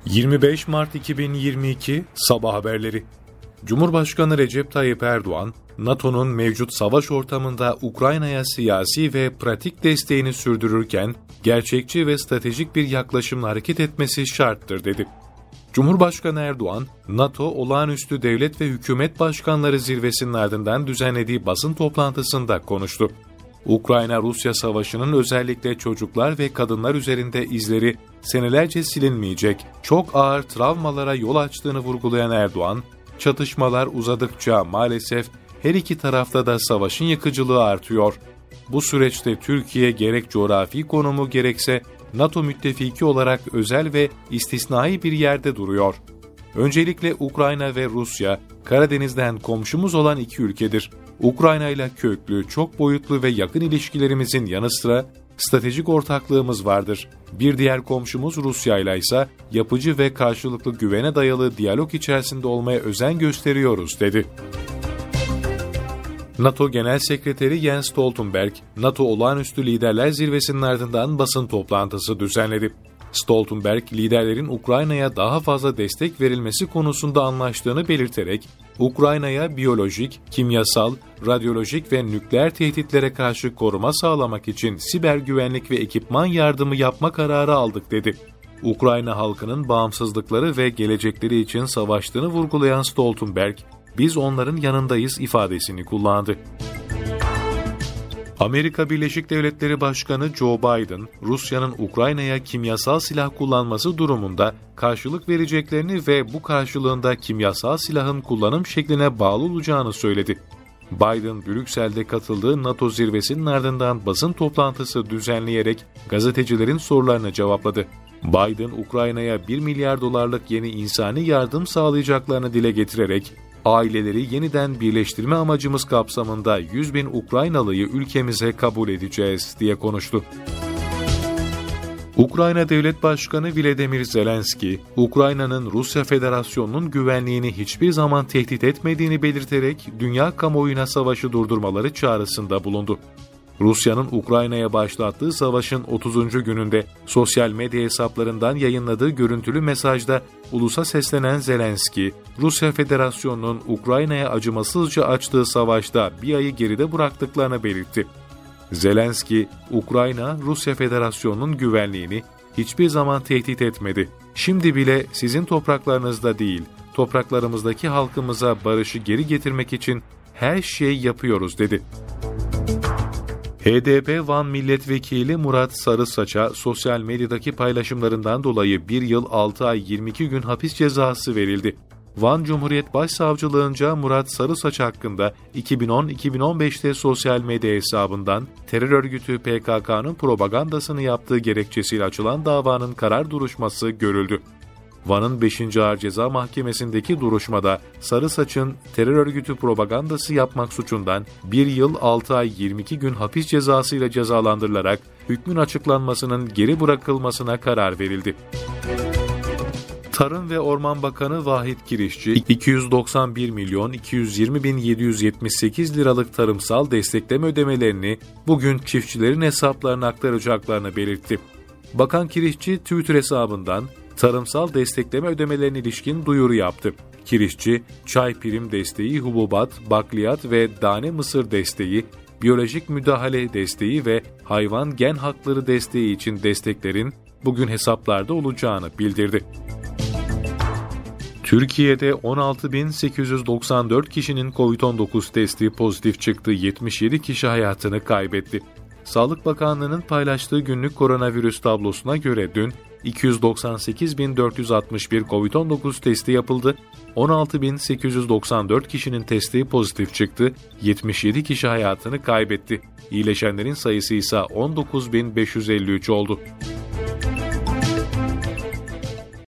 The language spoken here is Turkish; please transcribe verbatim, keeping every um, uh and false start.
yirmi beş Mart iki bin yirmi iki Sabah haberleri. Cumhurbaşkanı Recep Tayyip Erdoğan, NATO'nun mevcut savaş ortamında Ukrayna'ya siyasi ve pratik desteğini sürdürürken, gerçekçi ve stratejik bir yaklaşımla hareket etmesi şarttır dedi. Cumhurbaşkanı Erdoğan, NATO Olağanüstü Devlet ve Hükümet Başkanları Zirvesi'nin ardından düzenlediği basın toplantısında konuştu. Ukrayna-Rusya savaşının özellikle çocuklar ve kadınlar üzerinde izleri senelerce silinmeyecek, çok ağır travmalara yol açtığını vurgulayan Erdoğan, çatışmalar uzadıkça maalesef her iki tarafta da savaşın yıkıcılığı artıyor. Bu süreçte Türkiye gerek coğrafi konumu gerekse NATO müttefiki olarak özel ve istisnai bir yerde duruyor. Öncelikle Ukrayna ve Rusya, Karadeniz'den komşumuz olan iki ülkedir. Ukrayna ile köklü, çok boyutlu ve yakın ilişkilerimizin yanı sıra stratejik ortaklığımız vardır. Bir diğer komşumuz Rusya ile ise yapıcı ve karşılıklı güvene dayalı diyalog içerisinde olmaya özen gösteriyoruz, dedi. NATO Genel Sekreteri Jens Stoltenberg, NATO Olağanüstü Liderler Zirvesi'nin ardından basın toplantısı düzenledi. Stoltenberg, liderlerin Ukrayna'ya daha fazla destek verilmesi konusunda anlaştığını belirterek, Ukrayna'ya biyolojik, kimyasal, radyolojik ve nükleer tehditlere karşı koruma sağlamak için siber güvenlik ve ekipman yardımı yapma kararı aldık, dedi. Ukrayna halkının bağımsızlıkları ve gelecekleri için savaştığını vurgulayan Stoltenberg, biz onların yanındayız ifadesini kullandı. Amerika Birleşik Devletleri Başkanı Joe Biden, Rusya'nın Ukrayna'ya kimyasal silah kullanması durumunda karşılık vereceklerini ve bu karşılığında kimyasal silahın kullanım şekline bağlı olacağını söyledi. Biden, Brüksel'de katıldığı NATO zirvesinin ardından basın toplantısı düzenleyerek gazetecilerin sorularını cevapladı. Biden, Ukrayna'ya bir milyar dolarlık yeni insani yardım sağlayacaklarını dile getirerek, aileleri yeniden birleştirme amacımız kapsamında yüz bin Ukraynalıyı ülkemize kabul edeceğiz, diye konuştu. Ukrayna Devlet Başkanı Volodymyr Zelenski, Ukrayna'nın Rusya Federasyonu'nun güvenliğini hiçbir zaman tehdit etmediğini belirterek dünya kamuoyuna savaşı durdurmaları çağrısında bulundu. Rusya'nın Ukrayna'ya başlattığı savaşın otuzuncu gününde sosyal medya hesaplarından yayınladığı görüntülü mesajda ulusa seslenen Zelenski, Rusya Federasyonu'nun Ukrayna'ya acımasızca açtığı savaşta bir ayı geride bıraktıklarını belirtti. Zelenski, Ukrayna, Rusya Federasyonu'nun güvenliğini hiçbir zaman tehdit etmedi. Şimdi bile sizin topraklarınızda değil, topraklarımızdaki halkımıza barışı geri getirmek için her şeyi yapıyoruz, dedi. H D P Van Milletvekili Murat Sarısaç'a sosyal medyadaki paylaşımlarından dolayı bir yıl altı ay yirmi iki gün hapis cezası verildi. Van Cumhuriyet Başsavcılığınca Murat Sarısaç hakkında iki bin on iki bin on beşte sosyal medya hesabından terör örgütü P K K'nın propagandasını yaptığı gerekçesiyle açılan davanın karar duruşması görüldü. Van'ın beşinci Ağır Ceza Mahkemesi'ndeki duruşmada Sarısaç'ın terör örgütü propagandası yapmak suçundan bir yıl altı ay yirmi iki gün hapis cezasıyla cezalandırılarak hükmün açıklanmasının geri bırakılmasına karar verildi. Tarım ve Orman Bakanı Vahit Kirişçi, iki yüz doksan bir milyon iki yüz yirmi bin yedi yüz yetmiş sekiz liralık tarımsal destekleme ödemelerini bugün çiftçilerin hesaplarına aktaracaklarını belirtti. Bakan Kirişçi, Twitter hesabından tarımsal destekleme ödemelerine ilişkin duyuru yaptı. Kirişçi, çay prim desteği, hububat, bakliyat ve tane mısır desteği, biyolojik müdahale desteği ve hayvan gen hakları desteği için desteklerin bugün hesaplarda olacağını bildirdi. Türkiye'de on altı bin sekiz yüz doksan dört kişinin kovid on dokuz testi pozitif çıktı, yetmiş yedi kişi hayatını kaybetti. Sağlık Bakanlığı'nın paylaştığı günlük koronavirüs tablosuna göre dün iki yüz doksan sekiz bin dört yüz altmış bir kovid on dokuz testi yapıldı, on altı bin sekiz yüz doksan dört kişinin testi pozitif çıktı, yetmiş yedi kişi hayatını kaybetti. İyileşenlerin sayısı ise on dokuz bin beş yüz elli üç oldu.